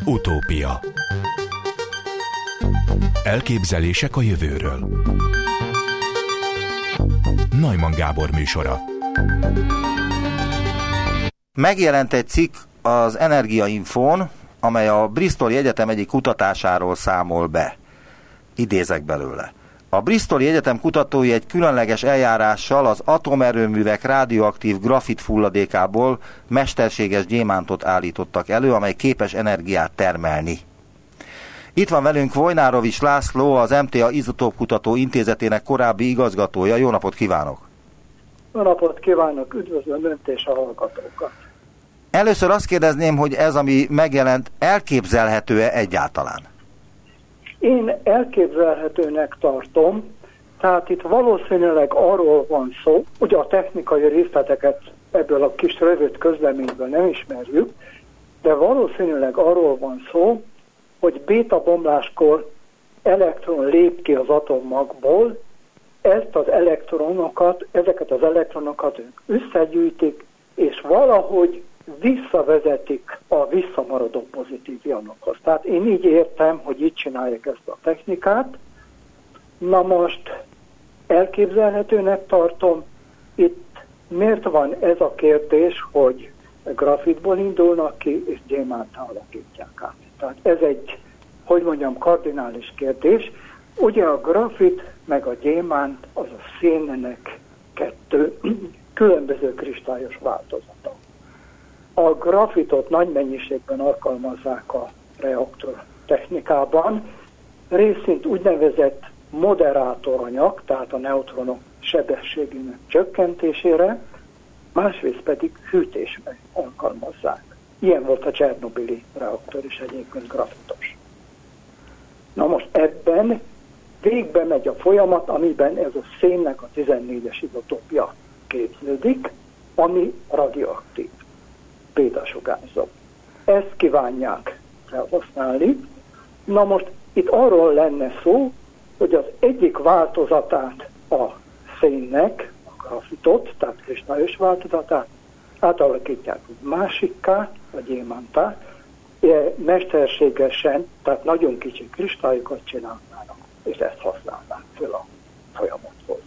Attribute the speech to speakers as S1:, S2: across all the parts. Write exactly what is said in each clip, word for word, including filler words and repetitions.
S1: Utópia. Elképzelések a jövőről. Neumann Gábor műsora.
S2: Megjelent egy cikk az Energiainfón, amely a Bristoli Egyetem egyik kutatásáról számol be. Idézek belőle. A Bristoli Egyetem kutatói egy különleges eljárással az atomerőművek radioaktív grafit fulladékából mesterséges gyémántot állítottak elő, amely képes energiát termelni. Itt van velünk Vojnárovics László, az em té á Izotópkutató Intézetének korábbi igazgatója. Jó napot kívánok!
S3: Jó napot kívánok, üdvözlöm Önt és a hallgatókat!
S2: Először azt kérdezném, hogy ez, ami megjelent, elképzelhető-e egyáltalán?
S3: Én elképzelhetőnek tartom, tehát itt valószínűleg arról van szó, ugye a technikai részleteket ebből a kis rövid közleményből nem ismerjük, de valószínűleg arról van szó, hogy béta bomláskor elektron lép ki az atommagból, ezt az elektronokat, ezeket az elektronokat ők összegyűjtik, és valahogy visszavezetik a visszamaradó pozitív ionokhoz. Tehát én így értem, hogy így csinálják ezt a technikát. Na most elképzelhetőnek tartom, itt miért van ez a kérdés, hogy grafitból indulnak ki, és gyémánttá alakítják át. Tehát ez egy, hogy mondjam, kardinális kérdés. Ugye a grafit meg a gyémánt az a szénnek kettő különböző kristályos változata. A grafitot nagy mennyiségben alkalmazzák a reaktor technikában, részint úgynevezett moderátoranyag, tehát a neutronok sebességének csökkentésére, másrészt pedig hűtésben alkalmazzák. Ilyen volt a Csernobili reaktor is egyébként grafitos. Na most ebben végbe megy a folyamat, amiben ez a szénnek a tizennégyes izotópja képződik, ami radioaktív, bétasugárzó. Ezt kívánják felhasználni. Na most itt arról lenne szó, hogy az egyik változatát a szénnek, a grafitot, tehát kristályos változatát átalakítják másikká, a gyémánttá, mesterségesen, tehát nagyon kicsi kristályokat csinálnának, és ezt használnák fel a folyamathoz.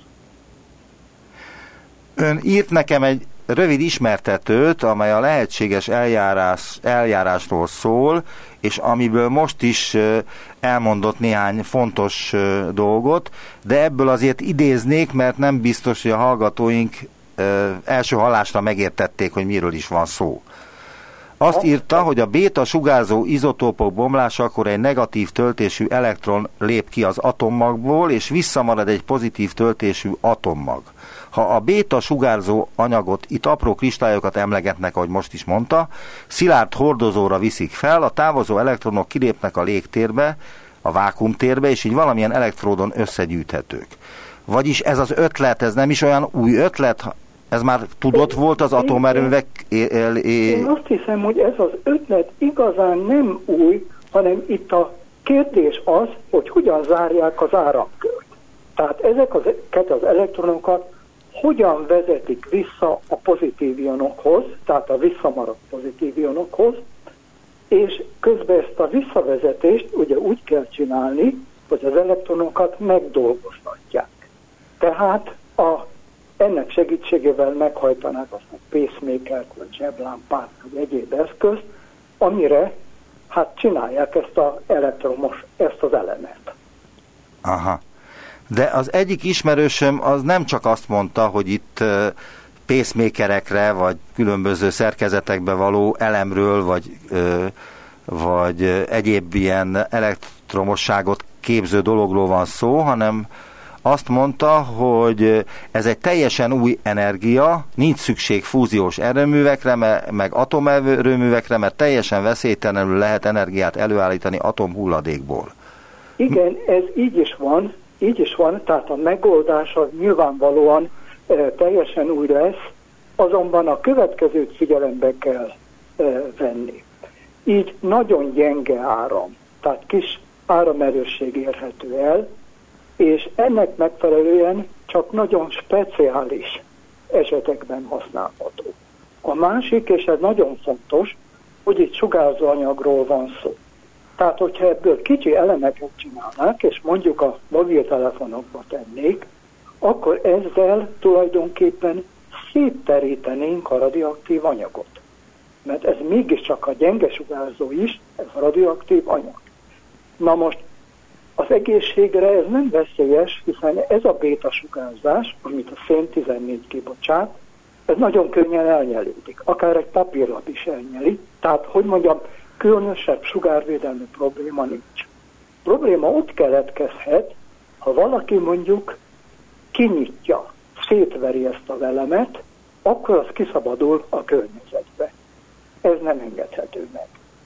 S2: Ön írt nekem egy rövid ismertetőt, amely a lehetséges eljárás, eljárásról szól, és amiből most is elmondott néhány fontos dolgot, de ebből azért idéznék, mert nem biztos, hogy a hallgatóink első hallásra megértették, hogy miről is van szó. Azt írta, hogy a béta sugárzó izotópok bomlásakor egy negatív töltésű elektron lép ki az atommagból, és visszamarad egy pozitív töltésű atommag. Ha a béta sugárzó anyagot, itt apró kristályokat emlegetnek, ahogy most is mondta, szilárd hordozóra viszik fel, a távozó elektronok kilépnek a légtérbe, a vákuumtérbe, és így valamilyen elektródon összegyűjthetők. Vagyis ez az ötlet, ez nem is olyan új ötlet, ez már tudott volt az atomerőművek...
S3: Én azt hiszem, hogy ez az ötlet igazán nem új, hanem itt a kérdés az, hogy hogyan zárják az áramkört. Tehát ezeket az elektronokat hogyan vezetik vissza a pozitív ionokhoz, tehát a visszamaradt pozitív ionokhoz, és közben ezt a visszavezetést ugye úgy kell csinálni, hogy az elektronokat megdolgoztatják. Tehát a ennek segítségével meghajtanák azt a pacemakert, vagy zseblámpát, vagy egyéb eszközt, amire hát csinálják ezt az elektromos, ezt az elemet.
S2: Aha. De az egyik ismerősöm az nem csak azt mondta, hogy itt pacemakerekre, vagy különböző szerkezetekbe való elemről, vagy, vagy egyéb ilyen elektromosságot képző dologról van szó, hanem azt mondta, hogy ez egy teljesen új energia, nincs szükség fúziós erőművekre, meg atomerőművekre, mert teljesen veszélytelenül lehet energiát előállítani atomhulladékból.
S3: Igen, ez így is van, így is van, tehát a megoldása nyilvánvalóan e, teljesen új lesz, azonban a következőt figyelembe kell e, venni. Így nagyon gyenge áram, tehát kis áramerősség érhető el, és ennek megfelelően csak nagyon speciális esetekben használható. A másik, és ez nagyon fontos, hogy itt sugárzóanyagról van szó. Tehát, hogyha ebből kicsi elemeket csinálnák, és mondjuk a mobiltelefonokba tennék, akkor ezzel tulajdonképpen szétterítenénk a radioaktív anyagot. Mert ez mégiscsak a gyenge sugárzó is, ez a radioaktív anyag. Na most az egészségre ez nem veszélyes, hiszen ez a béta sugárzás, amit a szén tizennégy kibocsát, ez nagyon könnyen elnyelődik. Akár egy papírlap is elnyeli. Tehát, hogy mondjam, különösebb sugárvédelmi probléma nincs. Probléma ott keletkezhet, ha valaki mondjuk kinyitja, szétveri ezt a velemet, akkor az kiszabadul a környezetbe. Ez nem engedhető meg.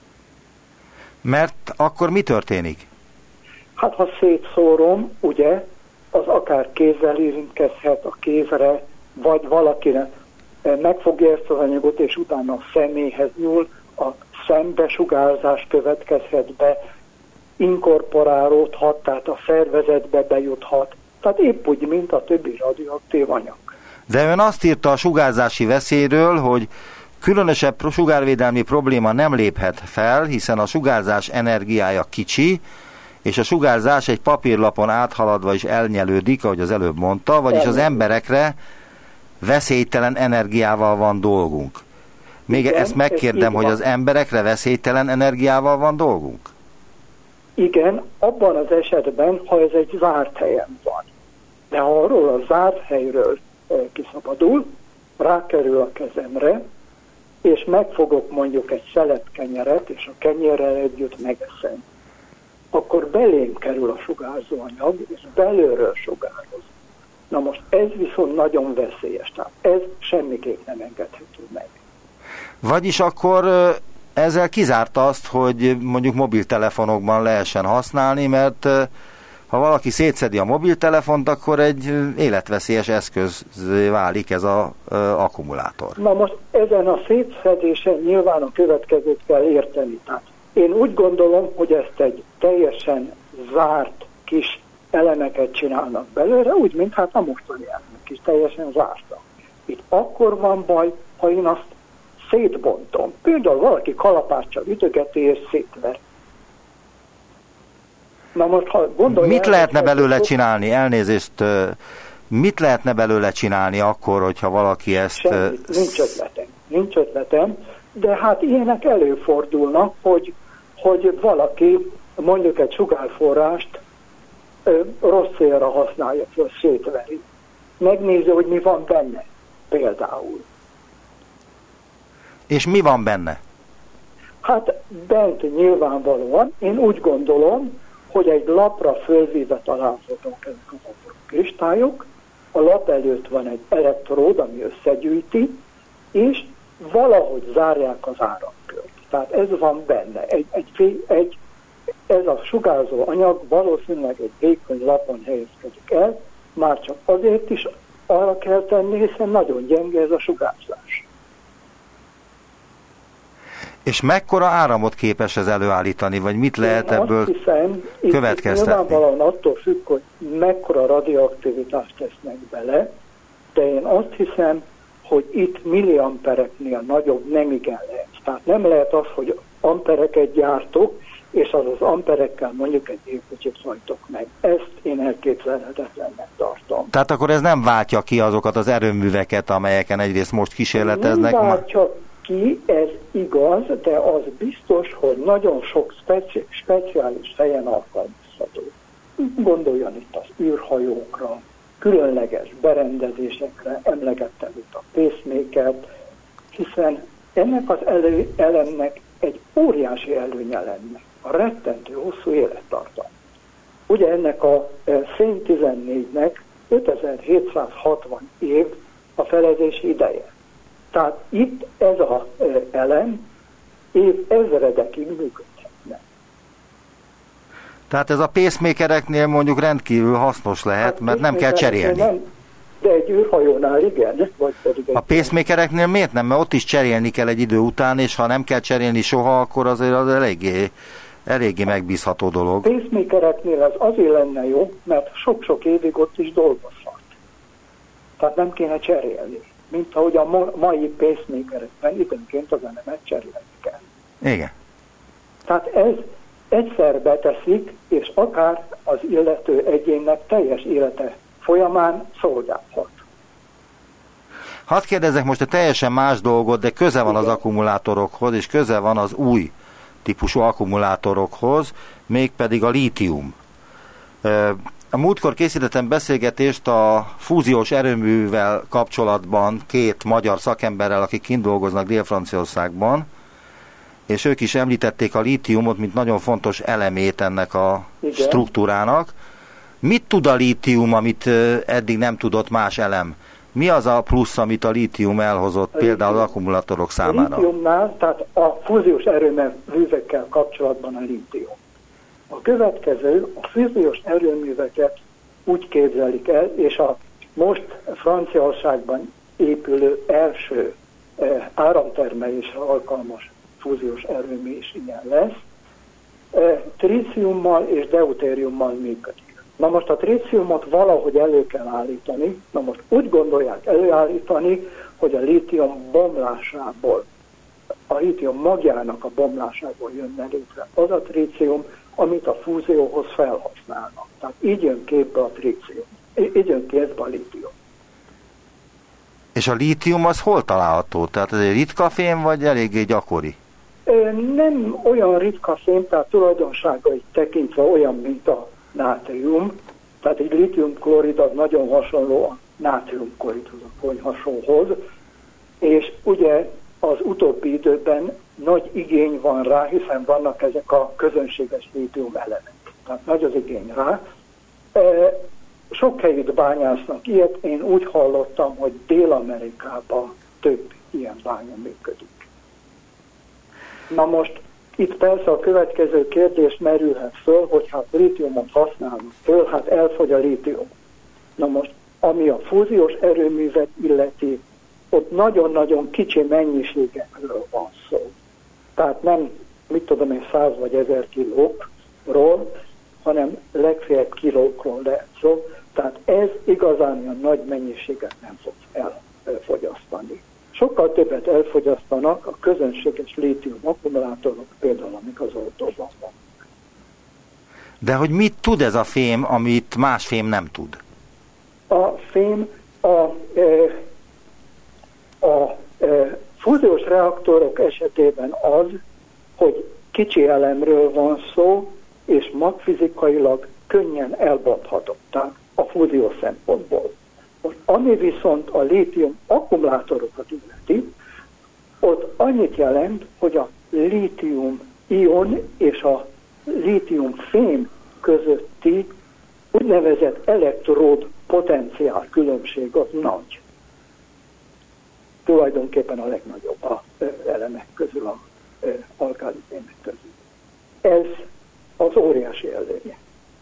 S2: Mert akkor mi történik?
S3: Hát ha szétszórom, ugye, az akár kézzel érintkezhet a kézre, vagy valakinek megfogja ezt az anyagot, és utána a szeméhez nyúl, a szembesugárzás következhet be, inkorporálódhat, tehát a szervezetbe bejuthat. Tehát épp úgy, mint a többi radioaktív anyag.
S2: De ön azt írta a sugárzási veszélyről, hogy különösebb sugárvédelmi probléma nem léphet fel, hiszen a sugárzás energiája kicsi, és a sugárzás egy papírlapon áthaladva is elnyelődik, ahogy az előbb mondta, vagyis az emberekre veszélytelen energiával van dolgunk. Még igen, ezt megkérdem, hogy az emberekre veszélytelen energiával van dolgunk?
S3: Igen, abban az esetben, ha ez egy zárt helyen van. De ha arról a zárt helyről kiszabadul, rákerül a kezemre, és megfogok mondjuk egy szelet kenyeret, és a kenyérrel együtt megeszem, akkor belém kerül a sugárzóanyag, és belülről sugároz. Na most ez viszont nagyon veszélyes, tehát ez semmiképp nem engedhető meg.
S2: Vagyis akkor ezzel kizárta azt, hogy mondjuk mobiltelefonokban lehessen használni, mert ha valaki szétszedi a mobiltelefont, akkor egy életveszélyes eszköz válik ez az akkumulátor.
S3: Na most ezen a szétszedésen nyilván a következőt kell érteni. Tehát én úgy gondolom, hogy ezt egy teljesen zárt kis elemeket csinálnak belőle, úgy, mint hát a mostani elemek is teljesen zártak. Itt akkor van baj, ha én azt szétbontom. Például valaki kalapáccsal ütögeti és szétver. Na most, ha
S2: mit lehetne belőle csinálni? Elnézést, mit lehetne belőle csinálni akkor, hogyha valaki ezt...
S3: Semmit, nincs ötletem. Nincs ötletem, de hát ilyenek előfordulnak, hogy, hogy valaki mondjuk egy sugárforrást ö, rossz célra használja, föl szétveri. Megnézi, hogy mi van benne, például.
S2: És mi van benne?
S3: Hát bent nyilvánvalóan, én úgy gondolom, hogy egy lapra fölvéve találhatók ezek az apró kristályok, a lap előtt van egy elektród, ami összegyűjti, és valahogy zárják az áramkört. Tehát ez van benne. Egy, egy, egy, ez a sugárzó anyag valószínűleg egy vékony lapon helyezkedik el, már csak azért is arra kell tenni, hiszen nagyon gyenge ez a sugárzás.
S2: És mekkora áramot képes ez előállítani, vagy mit lehet én ebből
S3: hiszem,
S2: következtetni?
S3: Nyilvánvalóan attól függ, hogy mekkora radioaktivitást tesznek bele, de én azt hiszem, hogy itt milliampereknél nagyobb nem igen lehet. Tehát nem lehet az, hogy ampereket gyártok, és az az amperekkel mondjuk egy gépkocsit hajtok meg. Ezt én elképzelhetetlennek tartom.
S2: Tehát akkor ez nem váltja ki azokat az erőműveket, amelyeken egyrészt most kísérleteznek?
S3: Nem váltja ki, ez igaz, de az biztos, hogy nagyon sok speci- speciális helyen alkalmazható. Gondoljon itt az űrhajókra, különleges berendezésekre, emlegettem itt a pacemakert, hiszen ennek az elő, elemnek egy óriási előnye lenne, a rettentő hosszú élettartam. Ugye ennek a szén tizennégynek ötezer-hétszázhatvan év a felezési ideje. Tehát itt ez az elem év ezredekig működhetne.
S2: Tehát ez a pacemakereknél mondjuk rendkívül hasznos lehet, hát mert nem kell cserélni. Nem,
S3: de egy űrhajónál igen. Vagy pedig
S2: a pacemakereknél miért nem? Mert ott is cserélni kell egy idő után, és ha nem kell cserélni soha, akkor azért az eléggé, eléggé megbízható dolog.
S3: A pacemakereknél ez azért lenne jó, mert sok-sok évig ott is dolgozhat. Tehát nem kéne cserélni. Mint ahogy a mai pacemakerekben időnként az elemet cserélni kell.
S2: Igen.
S3: Tehát ez, egyszer beteszik, és akár az illető egyénnek teljes élete folyamán szolgálhat.
S2: Hadd kérdezzek most egy teljesen más dolgot, de köze van az akkumulátorokhoz, és köze van az új típusú akkumulátorokhoz, mégpedig a lítium. A múltkor készítettem beszélgetést a fúziós erőművel kapcsolatban két magyar szakemberrel, akik kint dolgoznak Dél-Franciaországban, és ők is említették a lítiumot, mint nagyon fontos elemét ennek a Igen. struktúrának. Mit tud a lítium, amit eddig nem tudott más elem? Mi az a plusz, amit a lítium elhozott a például az akkumulátorok számára? A
S3: lítiumnál, tehát a fúziós erőművekkel kapcsolatban a lítium. A következő, a fúziós erőműveket úgy képzelik el, és a most Franciaországban épülő első eh, áramtermelésre alkalmas fúziós erőmű is ilyen lesz, eh, tríciummal és deutériummal működik. Na most a tríciumot valahogy elő kell állítani, na most úgy gondolják előállítani, hogy a lítium bomlásából, a lítium magjának a bomlásából jönne létre az a trícium, amit a fúzióhoz felhasználnak. Tehát így jön képbe a trícium, így jön képbe a lítium.
S2: És a lítium az hol található? Tehát ez egy ritka fém, vagy eléggé gyakori?
S3: Nem olyan ritka fém, tehát tulajdonságait tekintve olyan, mint a nátrium. Tehát egy lítiumklorid az nagyon hasonló a nátriumkloridhoz, a konyhasóhoz, és ugye az utóbbi időben nagy igény van rá, hiszen vannak ezek a közönséges lítium elemek. Tehát nagy az igény rá. Sok helyütt bányásznak ilyet, én úgy hallottam, hogy Dél-Amerikában több ilyen bánya működik. Na most itt persze a következő kérdés merülhet föl, hogy hát lítiumot használunk föl, hát elfogy a lítium. Na most, ami a fúziós erőművet illeti, ott nagyon-nagyon kicsi mennyiségekről van szó. Tehát nem, mit tudom én, száz vagy ezer kilókról, hanem legfeljebb kilókról lehet szó. Tehát ez igazán ilyen nagy mennyiséget nem fog elfogyasztani. Sokkal többet elfogyasztanak a közönséges lítium akkumulátorok, például amik az autóban vannak.
S2: De hogy mit tud ez a fém, amit más fém nem tud?
S3: A fém a, a, a fúziós reaktorok esetében az, hogy kicsi elemről van szó, és magfizikailag könnyen elbontható, tehát a fúzió szempontból. Most, ami viszont a lítium akkumulátorokat illeti, ott annyit jelent, hogy a lítium ion és a lítium fém közötti úgynevezett elektród potenciál különbség az nagy. Tulajdonképpen a legnagyobb a elemek közül, a alkáli fémek közül. Ez az óriási előnye.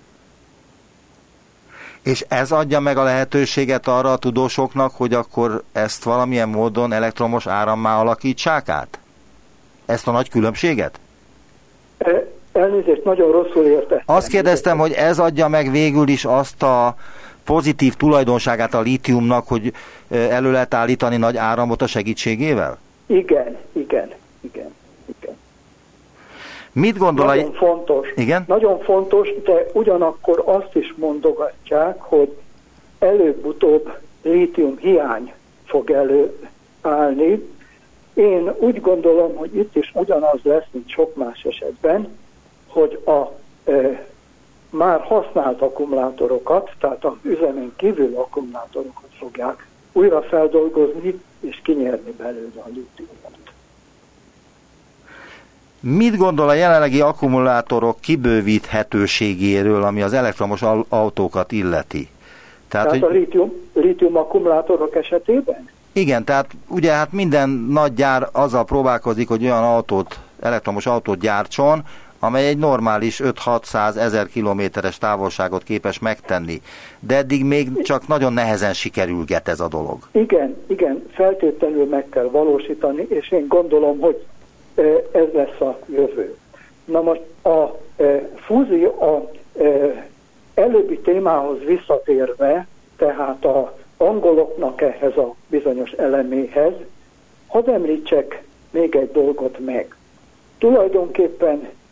S2: És ez adja meg a lehetőséget arra a tudósoknak, hogy akkor ezt valamilyen módon elektromos árammá alakítsák át? Ezt a nagy különbséget?
S3: Elnézést, nagyon rosszul értettem.
S2: Azt kérdeztem, hogy ez adja meg végül is azt a pozitív tulajdonságát a lítiumnak, hogy elő lehet állítani nagy áramot a segítségével?
S3: Igen, igen, igen, igen.
S2: Mit gondol?
S3: Nagyon
S2: a...
S3: fontos.
S2: Igen?
S3: Nagyon fontos, de ugyanakkor azt is mondogatják, hogy előbb-utóbb lítium hiány fog előállni. Én úgy gondolom, hogy itt is ugyanaz lesz, mint sok más esetben, hogy a e, már használt akkumulátorokat, tehát az üzemen kívül akkumulátorokat fogják újra feldolgozni és kinyerni belőle a lítiumot.
S2: Mit gondol a jelenlegi akkumulátorok kibővíthetőségéről, ami az elektromos autókat illeti?
S3: Tehát, tehát hogy... a lítium, lítium akkumulátorok esetében?
S2: Igen, tehát ugye hát minden nagy gyár azzal próbálkozik, hogy olyan autót, elektromos autót gyártson, amely egy normális öt-hatszáz ezer kilométeres távolságot képes megtenni. De eddig még csak nagyon nehezen sikerülget ez a dolog. Igen,
S3: igen, feltétlenül meg kell valósítani, és én gondolom, hogy ez lesz a jövő. Na most a e, fúzió, a e, előbbi témához visszatérve, tehát a angoloknak ehhez a bizonyos eleméhez, hadd említsek még egy dolgot meg. Tulajdonképpen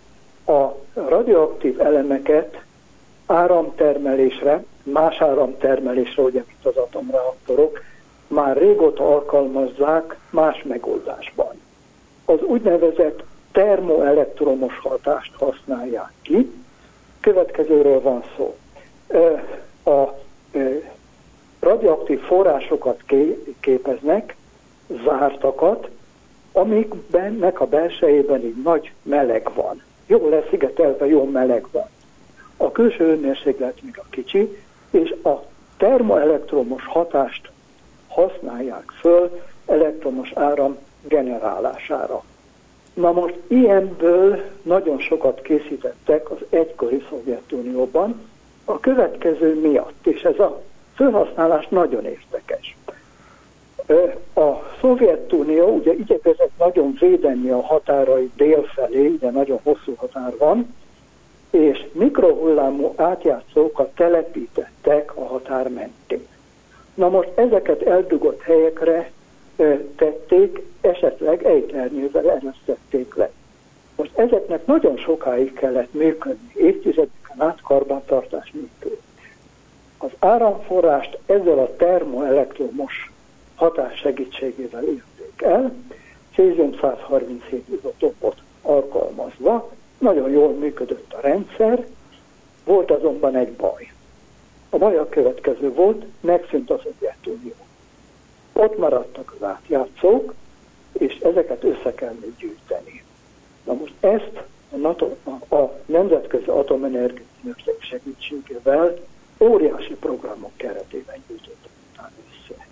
S3: A radioaktív elemeket áramtermelésre, más áramtermelésre, ugye, mint az atomreaktorok, már régóta alkalmazzák más megoldásban. Az úgynevezett termoelektromos hatást használják ki. Következőről van szó. A radioaktív forrásokat képeznek, zártakat, amikbennek a belsejében így nagy meleg van. Jól leszigetelve, jó meleg van. A külső hőmérséklet még a kicsi, és a termoelektromos hatást használják föl elektromos áram generálására. Na most ilyenből nagyon sokat készítettek az egykori Szovjetunióban, a következő miatt, és ez a felhasználás nagyon érdekes. A Szovjetunió ugye igyekezett nagyon védeni a határai délfelé, ugye nagyon hosszú határ van, és mikrohullámú átjátszókat telepítettek a határ mentén. Na most ezeket eldugott helyekre tették, esetleg ejtőernyővel eresztették le. Most ezeknek nagyon sokáig kellett működni, évtizedeken át karbantartás nélkül. Az áramforrást ezzel a termoelektromos hatás segítségével érték el, cézium százharminchét izotópot alkalmazva, nagyon jól működött a rendszer, volt azonban egy baj. A baj a következő volt, megszűnt a Szovjetunió. Ott maradtak az átjátszók, és ezeket össze kellett gyűjteni. Na most ezt a, NATO, a, a Nemzetközi Atomenergia Ügynökség segítségével óriási programok keretében gyűjtöttek utána össze.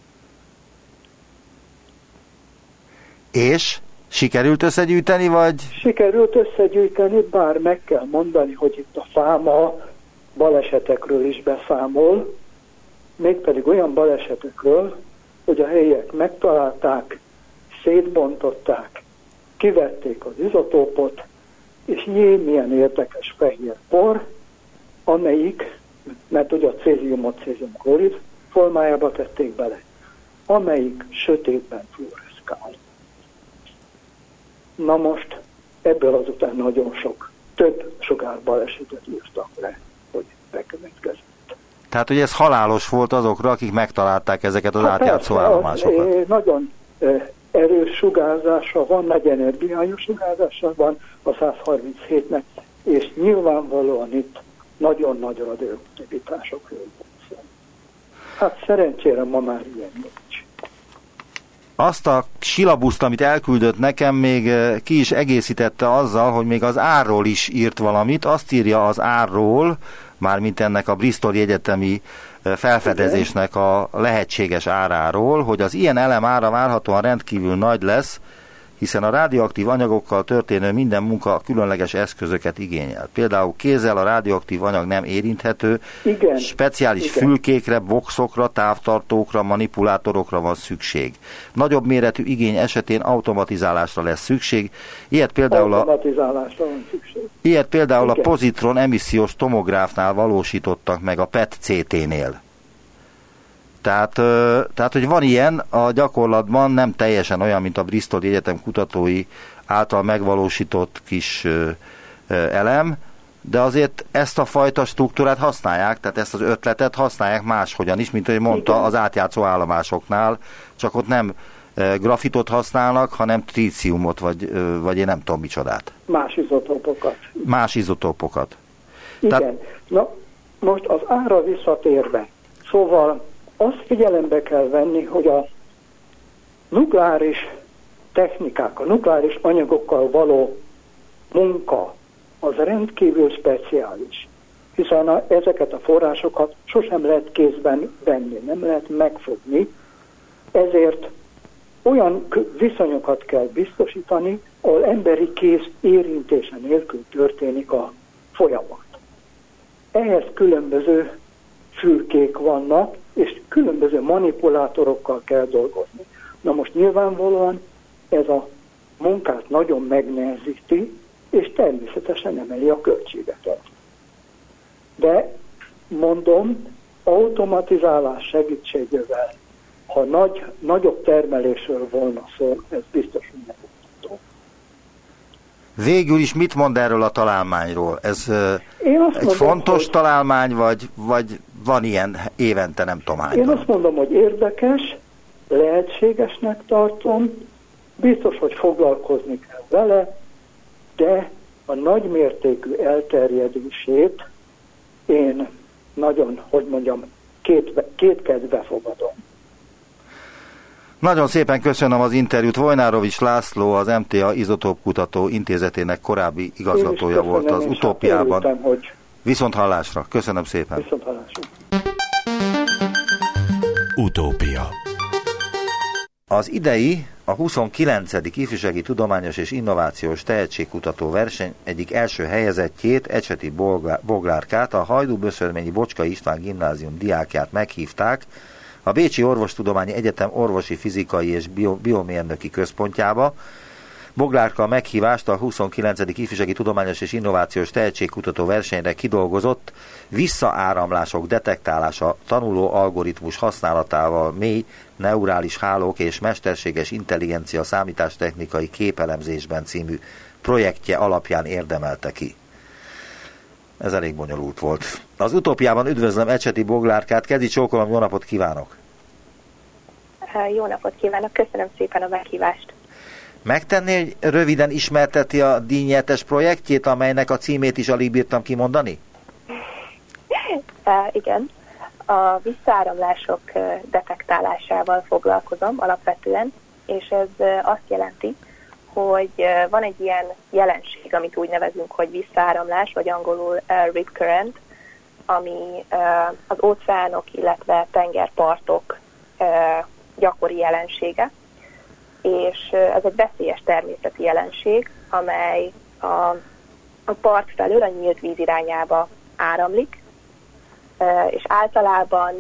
S2: És sikerült összegyűjteni, vagy?
S3: Sikerült összegyűjteni, bár meg kell mondani, hogy itt a fáma balesetekről is beszámol, mégpedig olyan balesetekről, hogy a helyiek megtalálták, szétbontották, kivették az izotópot, és jé, milyen érdekes fehér por, amelyik, mert ugye a céziumot céziumklorid formájába tették bele, amelyik sötétben fluoreszkál. Na most ebből azután nagyon sok, több sugárbalesetet írtak le, hogy bekövetkezett.
S2: Tehát, hogy ez halálos volt azokra, akik megtalálták ezeket az hát átjátszó persze, állomásokat.
S3: Az, nagyon erős sugárzása van, nagy energiájú sugárzása van a százharminchétnek, és nyilvánvalóan itt nagyon nagy radioaktivitásokról van. Hát szerencsére ma már ilyen nincs.
S2: Azt a silabuszt, amit elküldött nekem, még ki is egészítette azzal, hogy még az árról is írt valamit. Azt írja az árról, mármint ennek a Bristoli egyetemi felfedezésnek a lehetséges áráról, hogy az ilyen elem ára várhatóan rendkívül nagy lesz, hiszen a radioaktív anyagokkal történő minden munka különleges eszközöket igényel. Például kézzel a radioaktív anyag nem érinthető,
S3: igen,
S2: speciális
S3: igen.
S2: fülkékre, boxokra, távtartókra, manipulátorokra van szükség. Nagyobb méretű igény esetén automatizálásra lesz szükség. Ilyet például a,
S3: automatizálásra van szükség.
S2: Ilyet például
S3: igen.
S2: a pozitron emissziós tomográfnál valósítottak meg a pé e té-cé té-nél. Tehát, tehát, hogy van ilyen, a gyakorlatban nem teljesen olyan, mint a Bristoli Egyetem kutatói által megvalósított kis elem, de azért ezt a fajta struktúrát használják, tehát ezt az ötletet használják máshogyan is, mint ahogy mondta, igen. az átjátszó állomásoknál, csak ott nem grafitot használnak, hanem tríciumot, vagy, vagy én nem tudom micsodát.
S3: Más izotópokat.
S2: Más izotópokat.
S3: Igen.
S2: Tehát,
S3: Na, most az ára visszatérve. Szóval azt figyelembe kell venni, hogy a nukleáris technikák, a nukleáris anyagokkal való munka az rendkívül speciális, hiszen a, ezeket a forrásokat sosem lehet kézben venni, nem lehet megfogni, ezért olyan viszonyokat kell biztosítani, ahol emberi kéz érintése nélkül történik a folyamat. Ehhez különböző fülkék vannak, és különböző manipulátorokkal kell dolgozni. Na most nyilvánvalóan ez a munkát nagyon megnehezíti, és természetesen emeli a költségeket. De mondom, automatizálás segítségével, ha nagy, nagyobb termelésről volna szó, ez biztos, hogy nem tudható.
S2: Végül is mit mond erről a találmányról? Ez
S3: Én azt
S2: egy
S3: mondom,
S2: fontos
S3: hogy...
S2: találmány, vagy, vagy van ilyen évente, nem tudom hány.
S3: Én azt mondom, hogy érdekes, lehetségesnek tartom, biztos, hogy foglalkozni kell vele, de a nagymértékű elterjedését én nagyon, hogy mondjam, két, kétkedve fogadom.
S2: Nagyon szépen köszönöm az interjút. Vojnárovics László, az em té á Izotóp Kutató Intézetének korábbi igazgatója volt az Utópiában.
S3: Örültem, hogy...
S2: Viszont hallásra. Köszönöm szépen.
S3: Viszont hallásra.
S1: Utópia.
S2: Az idei, a huszonkilencedik Ifjúsági Tudományos és Innovációs Tehetségkutató verseny egyik első helyezettjét, Ecseti Boglárkát, a Hajdú-Böszörményi Bocskai István Gimnázium diákját meghívták a Bécsi Orvostudományi Egyetem Orvosi Fizikai és Bio- Biomérnöki Központjába. Boglárka a meghívást a huszonkilencedik Ifjúsági Tudományos és Innovációs Tehetségkutató versenyre kidolgozott visszaáramlások detektálása tanuló algoritmus használatával mély neurális hálók és mesterséges intelligencia számítástechnikai képelemzésben című projektje alapján érdemelte ki. Ez elég bonyolult volt. Az Utópiában üdvözlöm Ecseti Boglárkát, kezi csókolom, jó napot kívánok!
S4: Jó napot kívánok, köszönöm szépen a meghívást!
S2: Megtenné, hogy röviden ismerteti a díjnyertes projektjét, amelynek a címét is alig bírtam kimondani?
S4: Uh, igen, a visszaáramlások detektálásával foglalkozom alapvetően, és ez azt jelenti, hogy van egy ilyen jelenség, amit úgy nevezünk, hogy visszaáramlás, vagy angolul uh, rip current, ami uh, az óceánok, illetve tengerpartok uh, gyakori jelensége, és ez egy veszélyes természeti jelenség, amely a, a part felől a nyílt víz irányába áramlik, és általában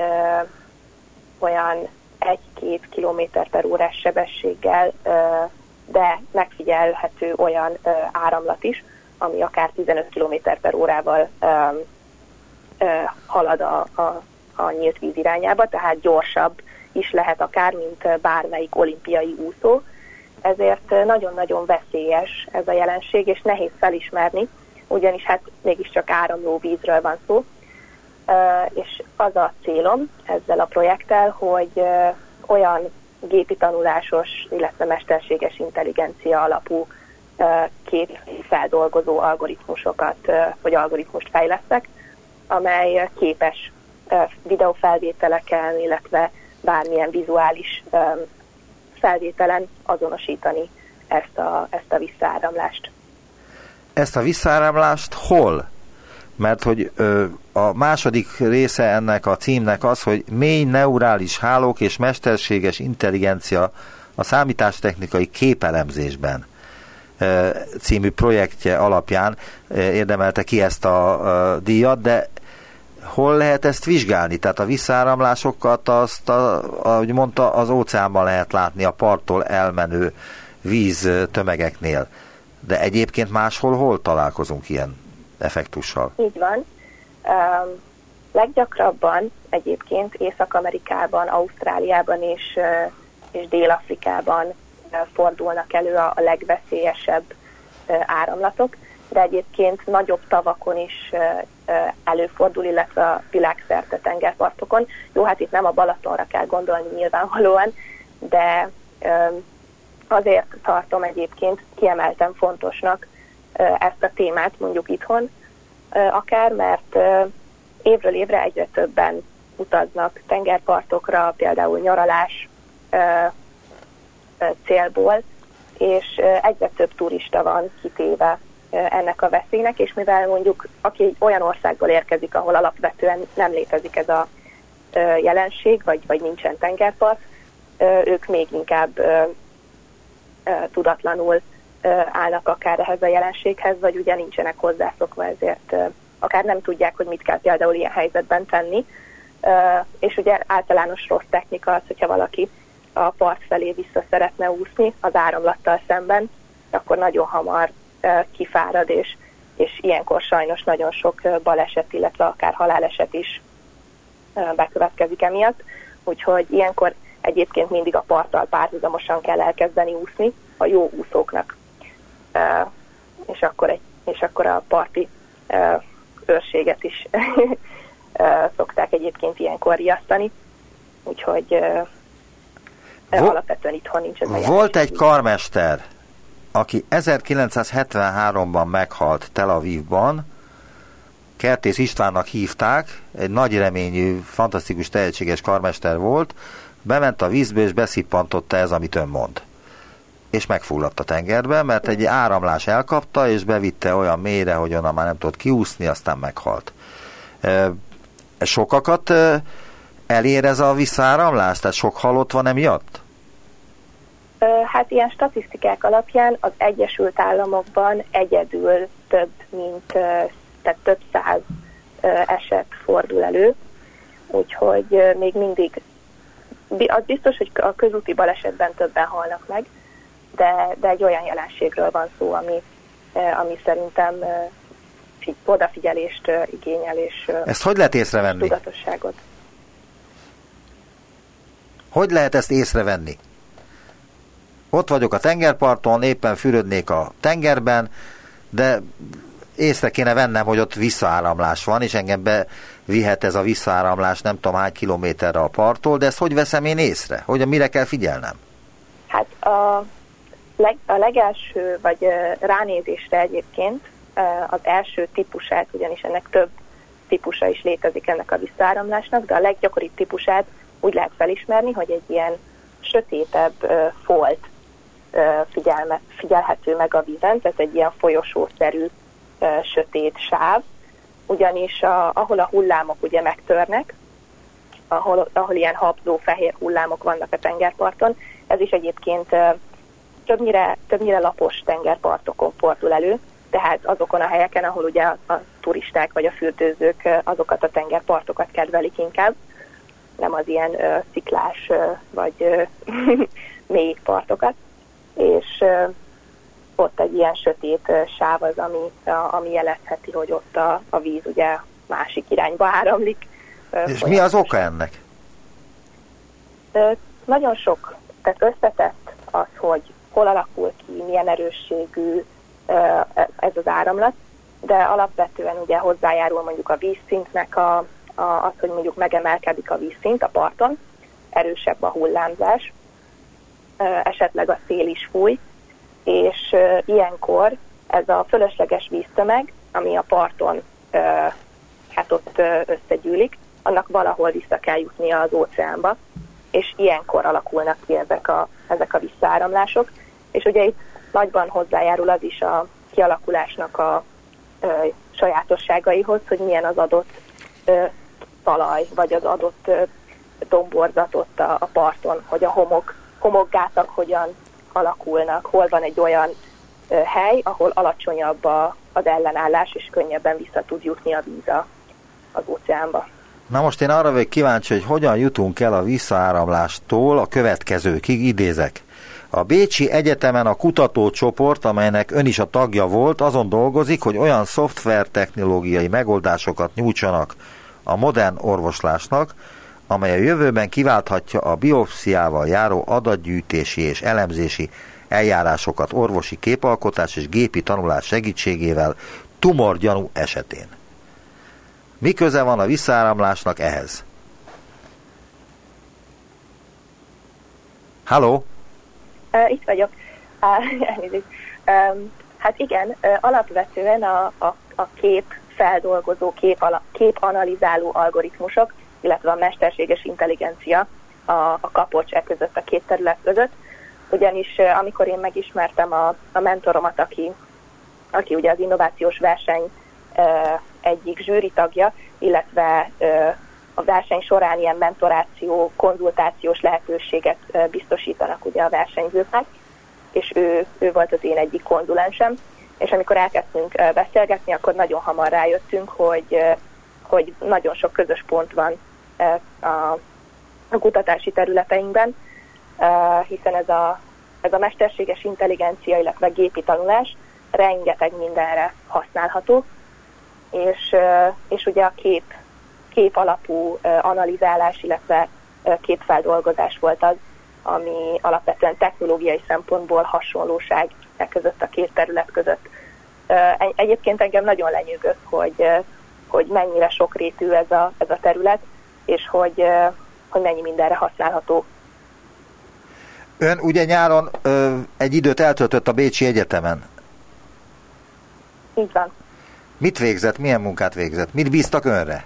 S4: olyan egy-két kilométer per órás sebességgel, de megfigyelhető olyan áramlat is, ami akár tizenöt kilométer per órával halad a, a, a nyílt víz irányába, tehát gyorsabb is lehet akár, mint bármelyik olimpiai úszó. Ezért nagyon-nagyon veszélyes ez a jelenség, és nehéz felismerni, ugyanis hát mégiscsak áramló vízről van szó. És az a célom ezzel a projekttel, hogy olyan gépi tanulásos, illetve mesterséges intelligencia alapú képfeldolgozó algoritmusokat, vagy algoritmust fejlesztek, amely képes videófelvételeken, illetve bármilyen vizuális um, felvételen azonosítani ezt a, ezt a visszaáramlást.
S2: Ezt a visszaáramlást hol? Mert hogy ö, a második része ennek a címnek az, hogy mély neurális hálók és mesterséges intelligencia a számítástechnikai képelemzésben ö, című projektje alapján ö, érdemelte ki ezt a ö, díjat, de hol lehet ezt vizsgálni? Tehát a visszaáramlásokat, azt, a, ahogy mondta, az óceánban lehet látni a parttól elmenő víz tömegeknél. De egyébként máshol hol találkozunk ilyen effektussal?
S4: Így van. Um, leggyakrabban egyébként Észak-Amerikában, Ausztráliában és, uh, és Dél-Afrikában uh, fordulnak elő a, a legveszélyesebb uh, áramlatok, de egyébként nagyobb tavakon is előfordul, illetve a világszerte tengerpartokon. Jó, hát itt nem a Balatonra kell gondolni nyilvánvalóan, de azért tartom egyébként kiemelten fontosnak ezt a témát mondjuk itthon, akár, mert évről évre egyre többen utaznak tengerpartokra, például nyaralás célból, és egyre több turista van kitéve ennek a veszélynek, és mivel mondjuk aki olyan országból érkezik, ahol alapvetően nem létezik ez a jelenség, vagy, vagy nincsen tengerpart, ők még inkább tudatlanul állnak akár ehhez a jelenséghez, vagy ugye nincsenek hozzászokva, ezért akár nem tudják, hogy mit kell például ilyen helyzetben tenni. És ugye általános rossz technika az, hogyha valaki a part felé vissza szeretne úszni az áramlattal szemben, akkor nagyon hamar kifárad, és, és ilyenkor sajnos nagyon sok baleset, illetve akár haláleset is bekövetkezik emiatt. Úgyhogy ilyenkor egyébként mindig a parttal párhuzamosan kell elkezdeni úszni a jó úszóknak. akkor, egy, és akkor a parti uh, őrséget is uh, szokták egyébként ilyenkor riasztani. Úgyhogy uh, Vol- alapvetően itthon nincs ez a jelenség.
S2: Volt egy karmester, aki ezerkilencszázhetvenháromban meghalt Tel Avivban, Kertész Istvánnak hívták, egy nagy reményű, fantasztikus, tehetséges karmester volt, bement a vízbe és beszippantotta ez, amit ön mond. És megfulladt a tengerbe, mert egy áramlás elkapta, és bevitte olyan mélyre, hogy onnan már nem tudott kiúszni, aztán meghalt. Sokakat elér ez a visszaáramlás? Tehát sok halott van emiatt?
S4: Hát ilyen statisztikák alapján az Egyesült Államokban egyedül több mint tehát több száz eset fordul elő, úgyhogy még mindig az biztos, hogy a közúti balesetben többen halnak meg, de, de egy olyan jelenségről van szó, ami, ami szerintem odafigyelést igényel, és
S2: ezt hogy lehet észrevenni?
S4: Tudatosságot.
S2: Hogy lehet ezt észrevenni? Ott vagyok a tengerparton, éppen fürödnék a tengerben, de észre kéne vennem, hogy ott visszaáramlás van, és engem bevihet ez a visszaáramlás nem tudom hány kilométerre a parttól, de ezt hogy veszem én észre? Hogy mire kell figyelnem?
S4: Hát a, leg, a legelső, vagy ránézésre egyébként az első típusát, ugyanis ennek több típusa is létezik ennek a visszaáramlásnak, de a leggyakoribb típusát úgy lehet felismerni, hogy egy ilyen sötétebb folt figyelme, figyelhető meg a vízen, tehát egy ilyen folyosószerű sötét sáv, ugyanis a, ahol a hullámok ugye megtörnek, ahol, ahol ilyen habzó fehér hullámok vannak a tengerparton, ez is egyébként többnyire, többnyire lapos tengerpartokon fordul elő, tehát azokon a helyeken, ahol ugye a, a turisták vagy a fürdőzők azokat a tengerpartokat kedvelik inkább, nem az ilyen uh, sziklás uh, vagy uh, mély partokat, és uh, ott egy ilyen sötét uh, sáv az, ami, uh, ami jelezheti, hogy ott a, a víz ugye másik irányba áramlik. Uh,
S2: és mi az oka ennek?
S4: Uh, nagyon sok, tehát összetett az, hogy hol alakul ki, milyen erősségű uh, ez az áramlat, de alapvetően ugye hozzájárul mondjuk a vízszintnek a, a, az, hogy mondjuk megemelkedik a vízszint a parton, erősebb a hullámzás, uh, esetleg a szél is fúj, és uh, ilyenkor ez a fölösleges víztömeg, ami a parton uh, hát ott uh, összegyűlik, annak valahol vissza kell jutnia az óceánba, és ilyenkor alakulnak ki ezek a, ezek a visszaáramlások, és ugye itt nagyban hozzájárul az is a kialakulásnak a ö, sajátosságaihoz, hogy milyen az adott ö, talaj, vagy az adott ö, domborzat ott a, a parton, hogy a homok, homokgátak hogyan alakulnak, hol van egy olyan ö, hely, ahol alacsonyabb a, az ellenállás, és könnyebben vissza tud jutni a víz a, az óceánba.
S2: Na most én arra vagyok kíváncsi, hogy hogyan jutunk el a visszaáramlástól a következőkig, idézek. A Bécsi Egyetemen a kutatócsoport, amelynek ön is a tagja volt, azon dolgozik, hogy olyan szoftvertechnológiai megoldásokat nyújtsanak a modern orvoslásnak, amely a jövőben kiválthatja a biopsziával járó adatgyűjtési és elemzési eljárásokat orvosi képalkotás és gépi tanulás segítségével tumorgyanú esetén. Mi köze van a visszaáramlásnak ehhez? Halló?
S4: Uh, itt vagyok. Uh, elnézést. Um, hát igen, uh, alapvetően a, a, a kép feldolgozó, kép, ala, kép analizáló algoritmusok, illetve a mesterséges intelligencia a, a kapocs e között, a két terület között. Ugyanis uh, amikor én megismertem a, a mentoromat, aki, aki ugye az innovációs verseny uh, egyik zsűritagja, illetve uh, a verseny során ilyen mentoráció, konzultációs lehetőséget uh, biztosítanak ugye a versenyzőknek, és ő, ő volt az én egyik konzulensem, és amikor elkezdtünk uh, beszélgetni, akkor nagyon hamar rájöttünk, hogy, uh, hogy nagyon sok közös pont van uh, a, a kutatási területeinkben, uh, hiszen ez a, ez a mesterséges intelligencia, illetve gépi tanulás rengeteg mindenre használható, és, és ugye a kép, kép alapú analizálás, illetve képfeldolgozás volt az, ami alapvetően technológiai szempontból hasonlóság e között a két terület között Egyébként engem nagyon lenyűgöz, hogy, hogy mennyire sokrétű ez a, ez a terület, és hogy, hogy mennyi mindenre használható.
S2: Ön ugye nyáron ö, egy időt eltöltött a Bécsi Egyetemen.
S4: Így van.
S2: Mit végzett, milyen munkát végzett? Mit bíztak önre?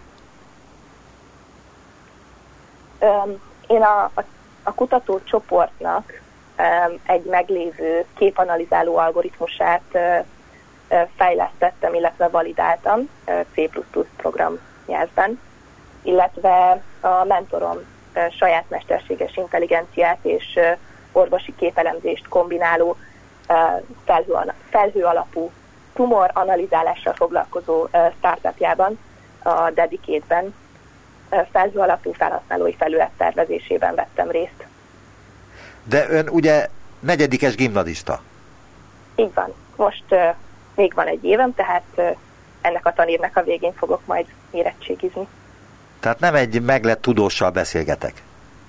S4: Én a, a, a kutatócsoportnak egy meglévő képanalizáló algoritmusát fejlesztettem, illetve validáltam C plusz plusz program nyelvben, illetve a mentorom saját mesterséges intelligenciát és orvosi képelemzést kombináló felhő, felhő alapú tumor analizálással foglalkozó startupjában, a Dedicate-ben felhő alapú felhasználói felület tervezésében vettem részt.
S2: De ön ugye negyedikes gimnazista?
S4: Így van. Most uh, még van egy évem, tehát uh, ennek a tanévnek a végén fogok majd érettségizni.
S2: Tehát nem egy meglett tudóssal beszélgetek?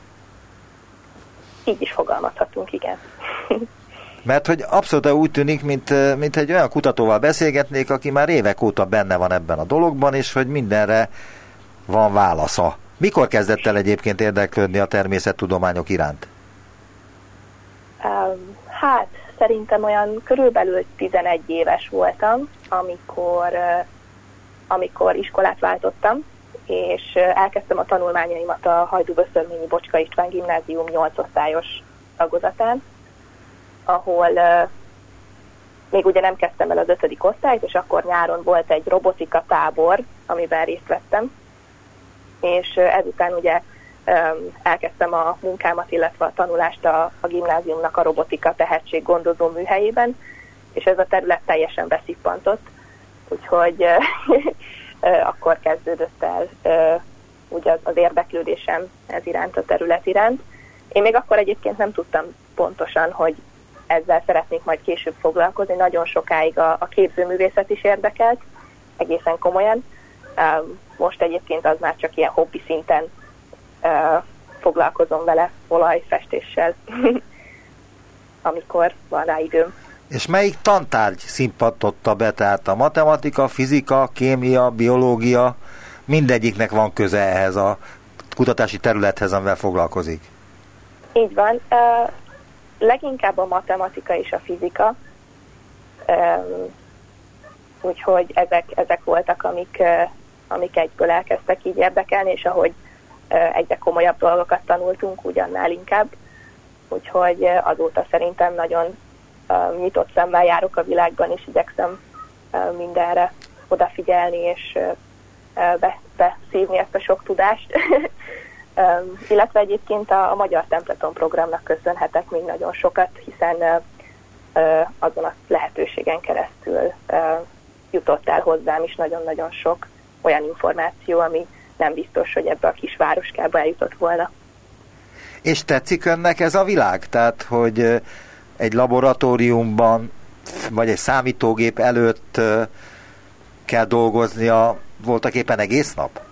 S4: Így is fogalmazhatunk, igen.
S2: Mert hogy abszolút úgy tűnik, mint, mint egy olyan kutatóval beszélgetnék, aki már évek óta benne van ebben a dologban, és hogy mindenre van válasza. Mikor kezdett el egyébként érdeklődni a természettudományok iránt?
S4: Um, hát, szerintem olyan körülbelül tizenegy éves voltam, amikor, uh, amikor iskolát váltottam, és uh, elkezdtem a tanulmányaimat a Hajdú-Böszörményi Bocska István Gimnázium nyolc osztályos tagozatán, ahol uh, még ugye nem kezdtem el az ötödik osztályt, és akkor nyáron volt egy robotika tábor, amiben részt vettem, és uh, ezután ugye um, elkezdtem a munkámat, illetve a tanulást a, a gimnáziumnak a robotika tehetséggondozó műhelyében, és ez a terület teljesen beszippantott, úgyhogy uh, uh, akkor kezdődött el uh, ugye az, az érdeklődésem ez iránt, a terület iránt. Én még akkor egyébként nem tudtam pontosan, hogy ezzel szeretnék majd később foglalkozni. Nagyon sokáig a, a képzőművészet is érdekelt, egészen komolyan. Most egyébként az már csak ilyen hobbi szinten uh, foglalkozom vele, olajfestéssel, amikor van rá időm.
S2: És melyik tantárgy szimpatotta be, tehát a matematika, fizika, kémia, biológia, mindegyiknek van köze ehhez a kutatási területhez, amivel foglalkozik?
S4: Így van. Uh, leginkább a matematika és a fizika. Um, úgyhogy ezek, ezek voltak, amik, uh, amik egyből elkezdtek így érdekelni, és ahogy uh, egyre komolyabb dolgokat tanultunk, ugyannál inkább. Úgyhogy uh, azóta szerintem nagyon uh, nyitott szemmel járok a világban, és igyekszem uh, mindenre odafigyelni, és uh, be, beszívni ezt a sok tudást. Um, illetve egyébként a, a Magyar Templeton programnak köszönhetek még nagyon sokat, hiszen uh, uh, azon a lehetőségen keresztül uh, jutott el hozzám is nagyon-nagyon sok olyan információ, ami nem biztos, hogy ebbe a kis városkába eljutott volna.
S2: És tetszik önnek ez a világ? Tehát, hogy egy laboratóriumban, vagy egy számítógép előtt uh, kell dolgoznia voltak éppen egész nap?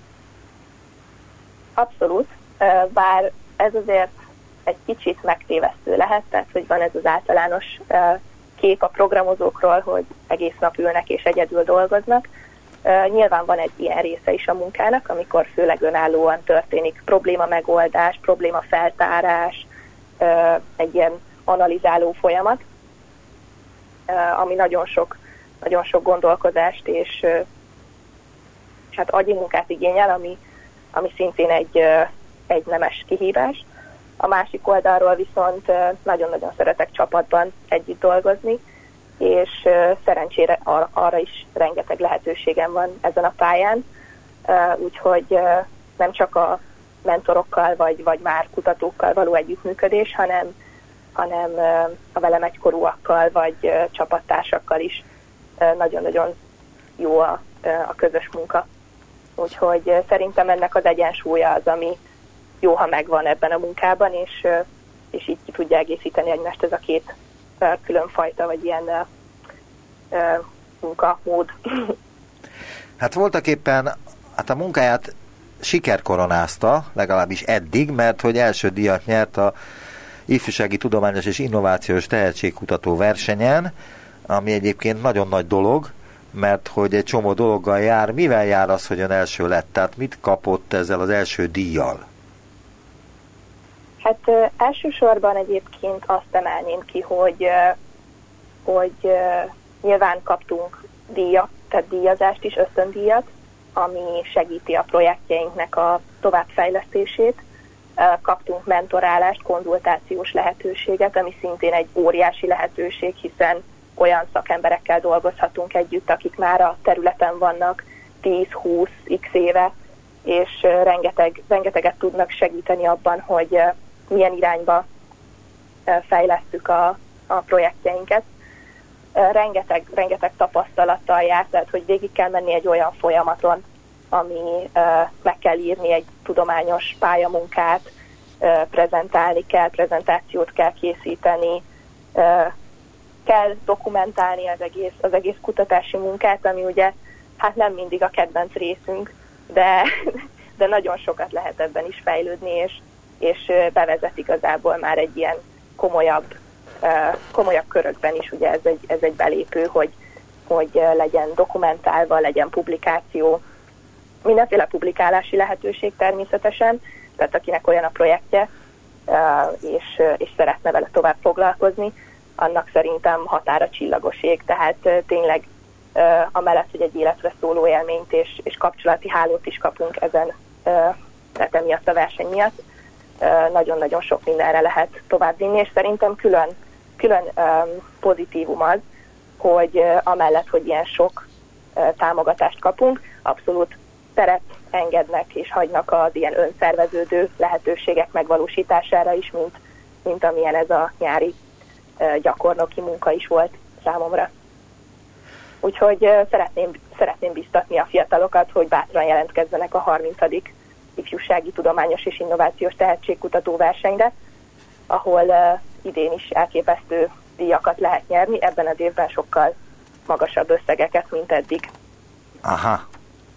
S4: Abszolút, bár ez azért egy kicsit megtévesztő lehet, tehát hogy van ez az általános kép a programozókról, hogy egész nap ülnek és egyedül dolgoznak. Nyilván van egy ilyen része is a munkának, amikor főleg önállóan történik probléma megoldás, probléma feltárás, egy ilyen analizáló folyamat, ami nagyon sok, nagyon sok gondolkodást és, és hát agyi munkát igényel, ami ami szintén egy, egy nemes kihívás. A másik oldalról viszont nagyon-nagyon szeretek csapatban együtt dolgozni, és szerencsére arra, arra is rengeteg lehetőségem van ezen a pályán, úgyhogy nem csak a mentorokkal vagy, vagy már kutatókkal való együttműködés, hanem, hanem a velem egykorúakkal vagy csapattársakkal is nagyon-nagyon jó a, a közös munka. Úgyhogy szerintem ennek az egyensúlya az, ami jó, ha megvan ebben a munkában, és, és így ki tudja egészíteni egymást ez a két különfajta, vagy ilyen uh, munkamód.
S2: Hát voltak éppen, hát a munkáját sikerkoronázta, legalábbis eddig, mert hogy első díjat nyert a Ifjúsági Tudományos és Innovációs Tehetségkutató versenyen, ami egyébként nagyon nagy dolog, mert hogy egy csomó dologgal jár. Mivel jár az, hogy ön első lett? Tehát mit kapott ezzel az első díjjal?
S4: Hát uh, elsősorban egyébként azt emelném ki, hogy, uh, hogy uh, nyilván kaptunk díjat, tehát díjazást is, ösztöndíjat, ami segíti a projektjeinknek a továbbfejlesztését. Uh, kaptunk mentorálást, konzultációs lehetőséget, ami szintén egy óriási lehetőség, hiszen olyan szakemberekkel dolgozhatunk együtt, akik már a területen vannak tíz-húsz x éve, és uh, rengeteg, rengeteget tudnak segíteni abban, hogy uh, milyen irányba fejlesztjük a, a projektjeinket. Rengeteg, rengeteg tapasztalattal jár, tehát hogy végig kell menni egy olyan folyamaton, ami meg kell írni egy tudományos pályamunkát, prezentálni kell, prezentációt kell készíteni, kell dokumentálni az egész, az egész kutatási munkát, ami ugye hát nem mindig a kedvenc részünk, de, de nagyon sokat lehet ebben is fejlődni, és és bevezet igazából már egy ilyen komolyabb, komolyabb körökben is, ugye ez egy, ez egy belépő, hogy, hogy legyen dokumentálva, legyen publikáció, mindenféle publikálási lehetőség természetesen, tehát akinek olyan a projektje, és, és szeretne vele tovább foglalkozni, annak szerintem határa csillagos ég, tehát tényleg amellett, hogy egy életre szóló élményt és, és kapcsolati hálót is kapunk ezen, tehát emiatt a verseny miatt, nagyon-nagyon sok mindenre lehet továbbvinni, és szerintem külön, külön um, pozitívum az, hogy uh, amellett, hogy ilyen sok uh, támogatást kapunk, abszolút teret engednek és hagynak az ilyen önszerveződő lehetőségek megvalósítására is, mint, mint amilyen ez a nyári uh, gyakornoki munka is volt számomra. Úgyhogy uh, szeretném, szeretném biztatni a fiatalokat, hogy bátran jelentkezzenek a harmincadik ifjúsági tudományos és innovációs tehetségkutató versenyre, ahol uh, idén is elképesztő díjakat lehet nyerni, ebben az évben sokkal magasabb összegeket, mint eddig.
S2: Aha.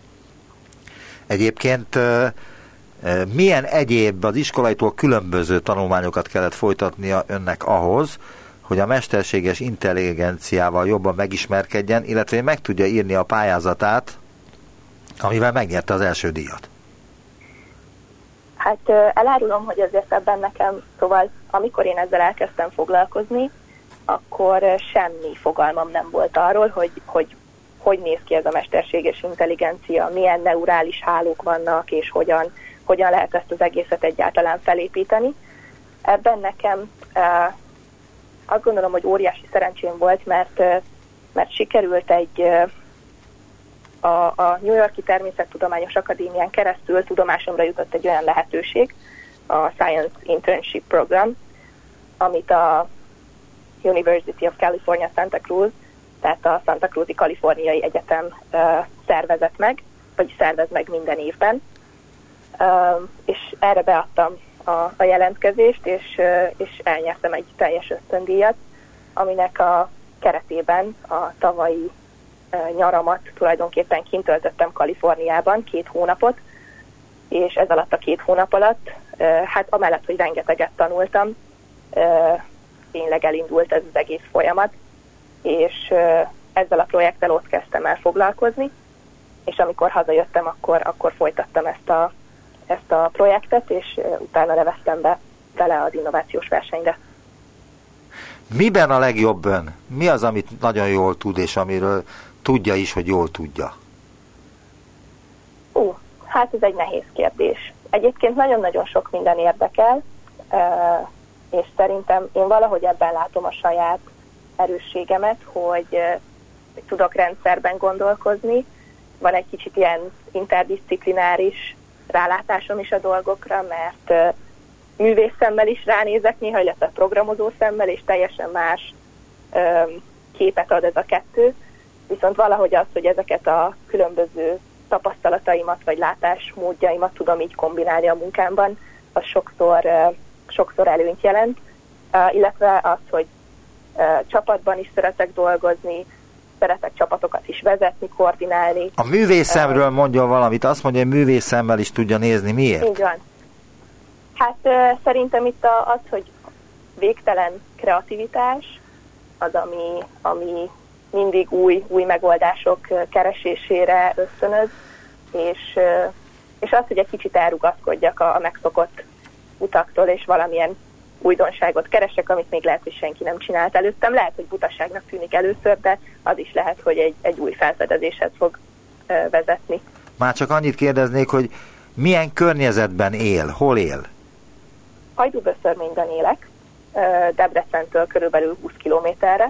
S2: Egyébként uh, uh, milyen egyéb az iskolaitól különböző tanulmányokat kellett folytatnia önnek ahhoz, hogy a mesterséges intelligenciával jobban megismerkedjen, illetve meg tudja írni a pályázatát, amivel megnyerte az első díjat?
S4: Hát elárulom, hogy azért ebben nekem, szóval amikor én ezzel elkezdtem foglalkozni, akkor semmi fogalmam nem volt arról, hogy hogy, hogy néz ki ez a mesterséges intelligencia, milyen neurális hálók vannak, és hogyan, hogyan lehet ezt az egészet egyáltalán felépíteni. Ebben nekem eh, azt gondolom, hogy óriási szerencsém volt, mert, eh, mert sikerült egy eh, A, a New York-i Természettudományos Akadémián keresztül tudomásomra jutott egy olyan lehetőség, a Science Internship Program, amit a University of California Santa Cruz, tehát a Santa Cruz-i Kaliforniai Egyetem uh, szervezett meg, vagy szervez meg minden évben. Uh, és erre beadtam a, a jelentkezést, és, uh, és elnyertem egy teljes ösztöndíjat, aminek a keretében a tavalyi nyaramat tulajdonképpen kint töltöttem Kaliforniában, két hónapot, és ez alatt a két hónap alatt, hát amellett, hogy rengeteget tanultam, tényleg elindult ez az egész folyamat, és ezzel a projekttel ott kezdtem el foglalkozni, és amikor hazajöttem, akkor, akkor folytattam ezt a, ezt a projektet, és utána neveztem be vele az innovációs versenyre.
S2: Miben a legjobb ön? Mi az, amit nagyon jól tud, és amiről tudja is, hogy jól tudja?
S4: Ú, hát ez egy nehéz kérdés. Egyébként nagyon-nagyon sok minden érdekel, és szerintem én valahogy ebben látom a saját erősségemet, hogy tudok rendszerben gondolkozni. Van egy kicsit ilyen interdisziplináris rálátásom is a dolgokra, mert művész szemmel is ránézek néha, illetve programozó szemmel, és teljesen más képet ad ez a kettő. Viszont valahogy az, hogy ezeket a különböző tapasztalataimat vagy látásmódjaimat tudom így kombinálni a munkámban, az sokszor, sokszor előnyt jelent, illetve az, hogy csapatban is szeretek dolgozni, szeretek csapatokat is vezetni, koordinálni.
S2: A művészemről mondja valamit, azt mondja, hogy művészemmel is tudja nézni. Miért?
S4: Így van. Hát szerintem itt az, hogy végtelen kreativitás, az, ami, ami mindig új, új megoldások keresésére ösztönöz, és, és az, hogy egy kicsit elrugaszkodjak a, a megszokott utaktól, és valamilyen újdonságot keresek, amit még lehet, hogy senki nem csinált előttem. Lehet, hogy butaságnak tűnik először, de az is lehet, hogy egy, egy új felfedezéshez fog ö, vezetni.
S2: Már csak annyit kérdeznék, hogy milyen környezetben él, hol él?
S4: Hajdúböszörményben élek, Debrecentől körülbelül húsz kilométerre,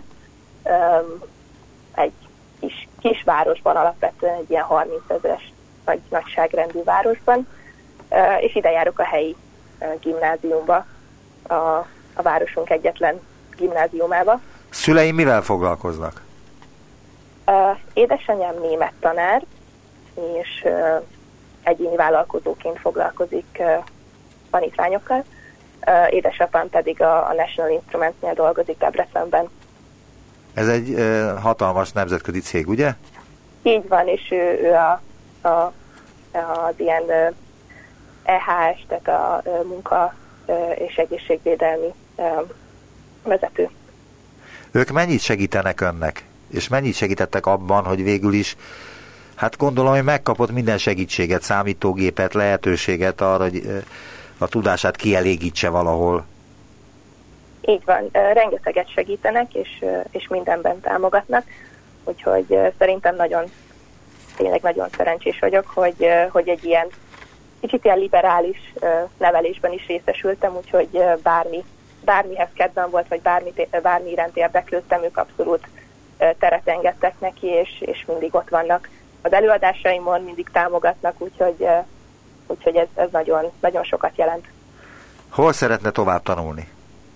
S4: egy kis, kis városban, alapvetően egy ilyen harmincezeres nagy, nagyságrendű városban, és ide járok a helyi gimnáziumba, a, a városunk egyetlen gimnáziumába.
S2: Szüleim mivel foglalkoznak?
S4: Édesanyám német tanár, és egyéni vállalkozóként foglalkozik tanítványokkal. Édesapám pedig a, a National Instruments-nél dolgozik Debrecenben.
S2: Ez egy uh, hatalmas nemzetközi cég, ugye?
S4: Így van, és ő, ő a, a, az ilyen uh, E H S, tehát a uh, munka uh, és egészségvédelmi uh, vezető.
S2: Ők mennyit segítenek önnek? És mennyit segítettek abban, hogy végül is, hát gondolom, hogy megkapott minden segítséget, számítógépet, lehetőséget arra, hogy uh, a tudását kielégítse valahol.
S4: Így van, rengeteget segítenek, és, és mindenben támogatnak, úgyhogy szerintem nagyon, tényleg nagyon szerencsés vagyok, hogy, hogy egy ilyen kicsit ilyen liberális nevelésben is részesültem, úgyhogy bármi, bármihez kedvem volt, vagy bármi, bármi iránt érdeklődtem, ők abszolút teret engedtek neki, és, és mindig ott vannak. Az előadásaimon mindig támogatnak, úgyhogy Úgyhogy ez, ez nagyon, nagyon sokat jelent.
S2: Hol szeretne tovább tanulni?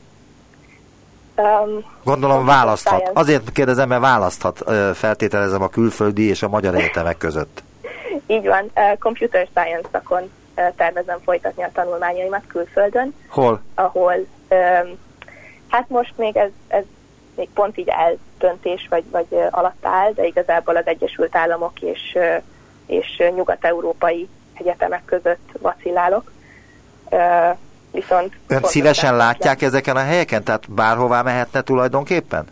S4: Um,
S2: Gondolom választhat. Science. Azért kérdezem, mert választhat, feltételezem, a külföldi és a magyar egyetemek között.
S4: Így van. Computer Science szakon tervezem folytatni a tanulmányaimat külföldön.
S2: Hol?
S4: Ahol, um, hát most még ez, ez még pont így eldöntés vagy, vagy alatt áll, de igazából az Egyesült Államok és, és nyugat-európai egyetemek között vacillálok. Uh, viszont
S2: Ön szívesen látják ezeken a helyeken? Tehát bárhová mehetne tulajdonképpen?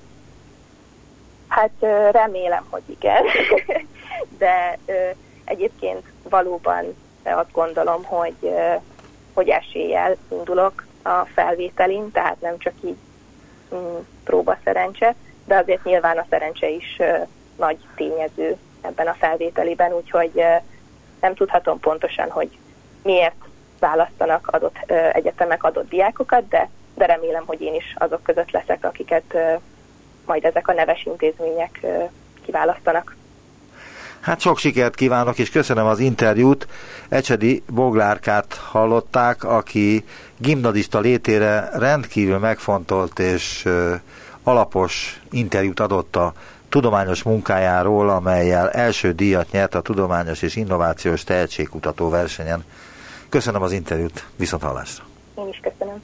S4: Hát uh, remélem, hogy igen. De uh, egyébként valóban azt gondolom, hogy, uh, hogy eséllyel indulok a felvételin, tehát nem csak így um, próba szerencse, de azért nyilván a szerencse is uh, nagy tényező ebben a felvételiben, úgyhogy uh, nem tudhatom pontosan, hogy miért választanak adott ö, egyetemek adott diákokat, de, de remélem, hogy én is azok között leszek, akiket ö, majd ezek a neves intézmények ö, kiválasztanak.
S2: Hát sok sikert kívánok, és köszönöm az interjút. Ecsedi Boglárkát hallották, aki gimnazista létére rendkívül megfontolt és ö, alapos interjút adott a tudományos munkájáról, amellyel első díjat nyert a tudományos és innovációs tehetségkutató versenyen. Köszönöm az interjút, viszont hallásra.
S4: Én is köszönöm.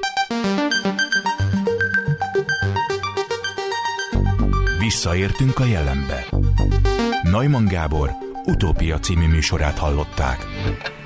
S1: Visszaértünk a jelenbe. Neumann Gábor Utópia című műsorát hallották.